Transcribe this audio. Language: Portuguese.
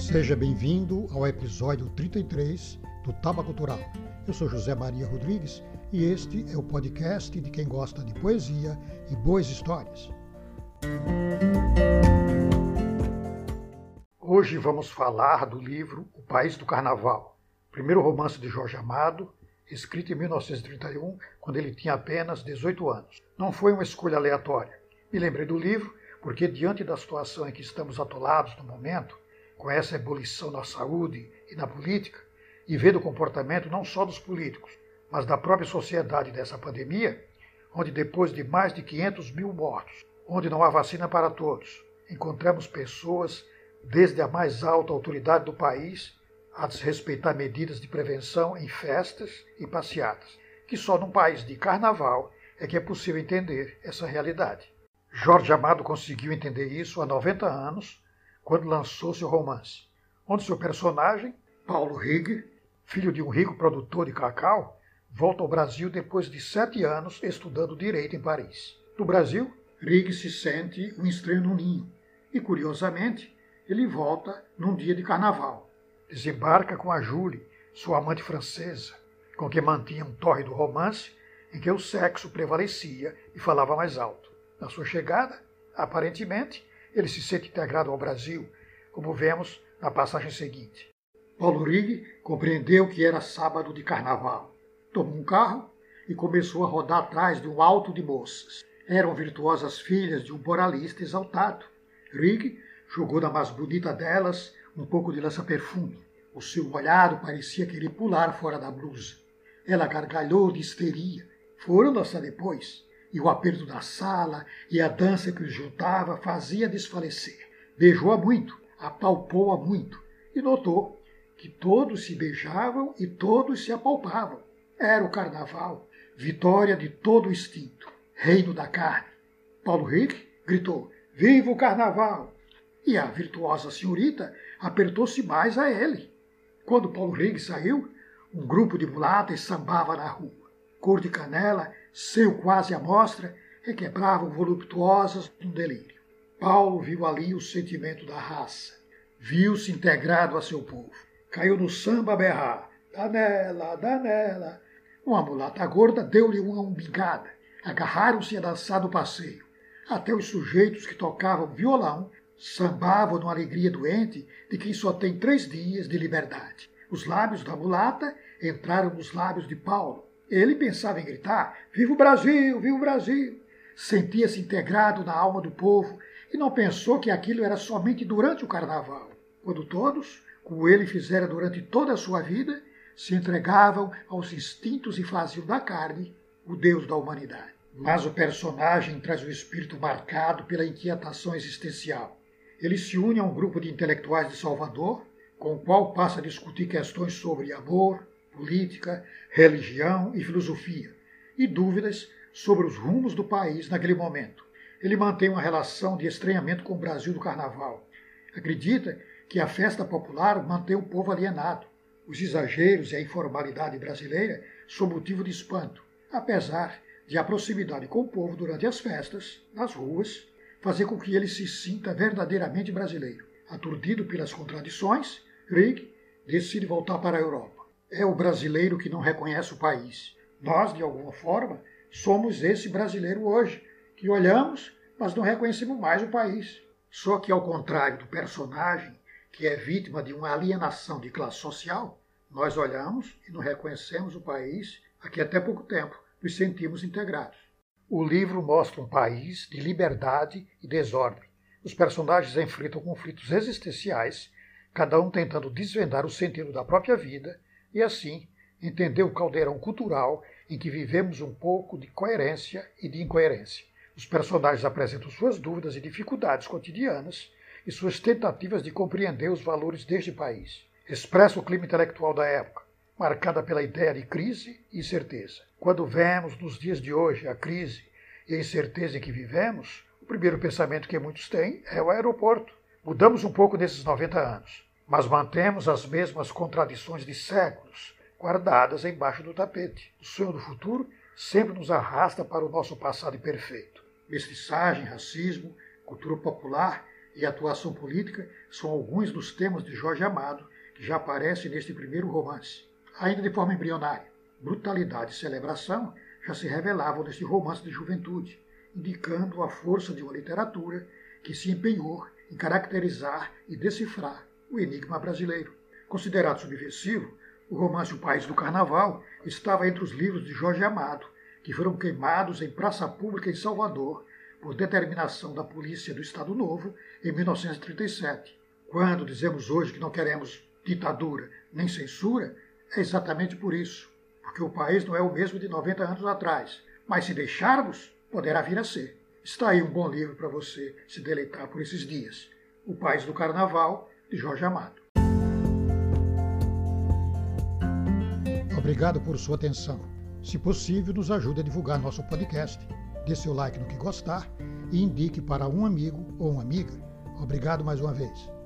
Seja bem-vindo ao episódio 33 do Taba Cultural. Eu sou José Maria Rodrigues e este é o podcast de quem gosta de poesia e boas histórias. Hoje vamos falar do livro O País do Carnaval, primeiro romance de Jorge Amado, escrito em 1931, quando ele tinha apenas 18 anos. Não foi uma escolha aleatória. Me lembrei do livro porque, diante da situação em que estamos atolados no momento, com essa ebulição na saúde e na política, e vendo o comportamento não só dos políticos, mas da própria sociedade dessa pandemia, onde depois de mais de 500 mil mortos, onde não há vacina para todos, encontramos pessoas, desde a mais alta autoridade do país, a desrespeitar medidas de prevenção em festas e passeatas, que só num país de carnaval é que é possível entender essa realidade. Jorge Amado conseguiu entender isso há 90 anos, quando lançou seu romance, onde seu personagem, Paulo Rigg, filho de um rico produtor de cacau, volta ao Brasil depois de 7 anos estudando direito em Paris. No Brasil, Rigg se sente um estranho no ninho e, curiosamente, ele volta num dia de carnaval. Desembarca com a Julie, sua amante francesa, com quem mantinha um tórrido romance em que o sexo prevalecia e falava mais alto. Na sua chegada, aparentemente, ele se sente integrado ao Brasil, como vemos na passagem seguinte. Paulo Rigg compreendeu que era sábado de carnaval. Tomou um carro e começou a rodar atrás de um alto de moças. Eram virtuosas filhas de um moralista exaltado. Rigg jogou na mais bonita delas um pouco de lança-perfume. O seu olhar parecia querer pular fora da blusa. Ela gargalhou de histeria. Foram dançar depois. E o aperto da sala e a dança que os juntava fazia desfalecer. Beijou-a muito, apalpou-a muito e notou que todos se beijavam e todos se apalpavam. Era o carnaval, vitória de todo o instinto, reino da carne. Paulo Rigg gritou, viva o carnaval! E a virtuosa senhorita apertou-se mais a ele. Quando Paulo Rigg saiu, um grupo de mulatas sambava na rua. Cor de canela, seu quase à mostra, requebravam voluptuosas num delírio. Paulo viu ali o sentimento da raça. Viu-se integrado a seu povo. Caiu no samba a berrar. Danela, danela. Uma mulata gorda deu-lhe uma umbigada. Agarraram-se a dançar do passeio. Até os sujeitos que tocavam violão sambavam numa alegria doente de quem só tem 3 dias de liberdade. Os lábios da mulata entraram nos lábios de Paulo. Ele pensava em gritar, viva o Brasil, viva o Brasil. Sentia-se integrado na alma do povo e não pensou que aquilo era somente durante o carnaval, quando todos, como ele fizera durante toda a sua vida, se entregavam aos instintos e faziam da carne o Deus da humanidade. Mas o personagem traz o espírito marcado pela inquietação existencial. Ele se une a um grupo de intelectuais de Salvador, com o qual passa a discutir questões sobre amor, política, religião e filosofia, e dúvidas sobre os rumos do país naquele momento. Ele mantém uma relação de estranhamento com o Brasil do carnaval. Acredita que a festa popular mantém o povo alienado. Os exageros e a informalidade brasileira são motivo de espanto, apesar de a proximidade com o povo durante as festas, nas ruas, fazer com que ele se sinta verdadeiramente brasileiro. Aturdido pelas contradições, Rigg decide voltar para a Europa. É o brasileiro que não reconhece o país. Nós, de alguma forma, somos esse brasileiro hoje, que olhamos, mas não reconhecemos mais o país. Só que, ao contrário do personagem, que é vítima de uma alienação de classe social, nós olhamos e não reconhecemos o país a que até pouco tempo nos sentimos integrados. O livro mostra um país de liberdade e desordem. Os personagens enfrentam conflitos existenciais, cada um tentando desvendar o sentido da própria vida e, assim, entender o caldeirão cultural em que vivemos um pouco de coerência e de incoerência. Os personagens apresentam suas dúvidas e dificuldades cotidianas e suas tentativas de compreender os valores deste país. Expressa o clima intelectual da época, marcada pela ideia de crise e incerteza. Quando vemos nos dias de hoje a crise e a incerteza em que vivemos, o primeiro pensamento que muitos têm é o aeroporto. Mudamos um pouco nesses 90 anos, mas mantemos as mesmas contradições de séculos, guardadas embaixo do tapete. O sonho do futuro sempre nos arrasta para o nosso passado imperfeito. Mestiçagem, racismo, cultura popular e atuação política são alguns dos temas de Jorge Amado que já aparecem neste primeiro romance. Ainda de forma embrionária, brutalidade e celebração já se revelavam neste romance de juventude, indicando a força de uma literatura que se empenhou em caracterizar e decifrar o enigma brasileiro. Considerado subversivo, o romance O País do Carnaval estava entre os livros de Jorge Amado, que foram queimados em praça pública em Salvador por determinação da Polícia do Estado Novo em 1937. Quando dizemos hoje que não queremos ditadura nem censura, é exatamente por isso, porque o país não é o mesmo de 90 anos atrás, mas se deixarmos, poderá vir a ser. Está aí um bom livro para você se deleitar por esses dias. O País do Carnaval, de Jorge Amado. Obrigado por sua atenção. Se possível, nos ajude a divulgar nosso podcast. Dê seu like no que gostar e indique para um amigo ou uma amiga. Obrigado mais uma vez.